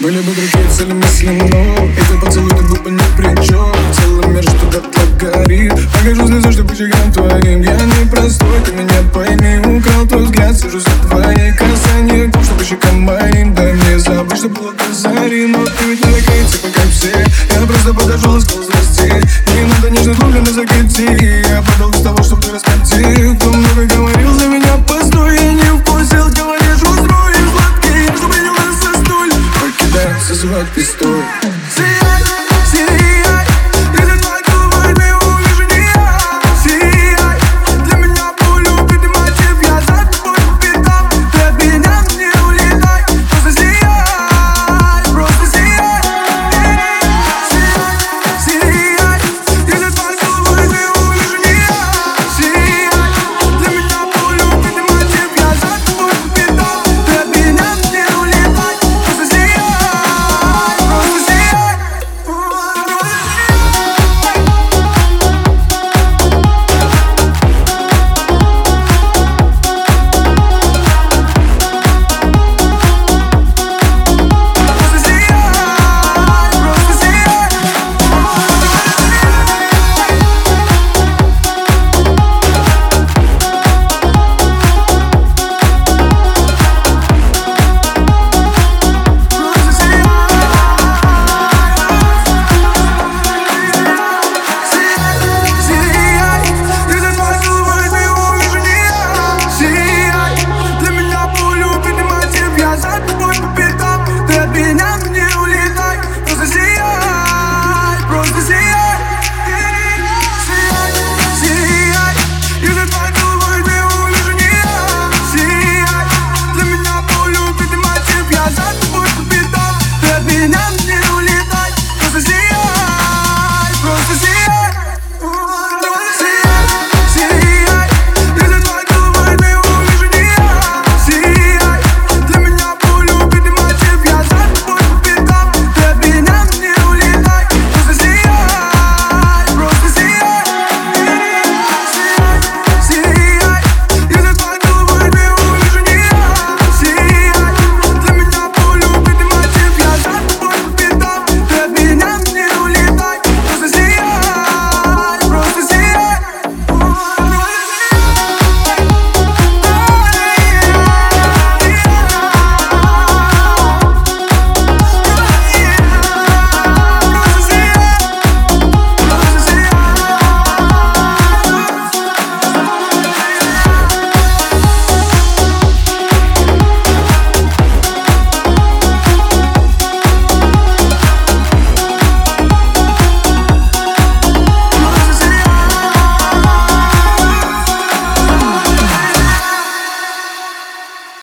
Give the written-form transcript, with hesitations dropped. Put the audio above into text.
Были бы другие цели мысли, но и твой поцелуй тут был бы ни при чем. Целый мир же туда горит. Покажу слезы, что по щекам твоим. Я не простой, ты меня пойми. Украл твой взгляд, сижу за твои касания. Что по щекам моим, дай мне забыть, что было до зари. Но ты ведь не такая, типа как все. Я просто подошел и сказал здрасте. Не надо нежно глубже на закрытии. Я подал с того, чтобы ты раскатил. Кто много говорил за меня, постой. Я не вкусил, говоришь, устрой. Сладкий, я что принял нас за столь. Покидай со свой пистоль.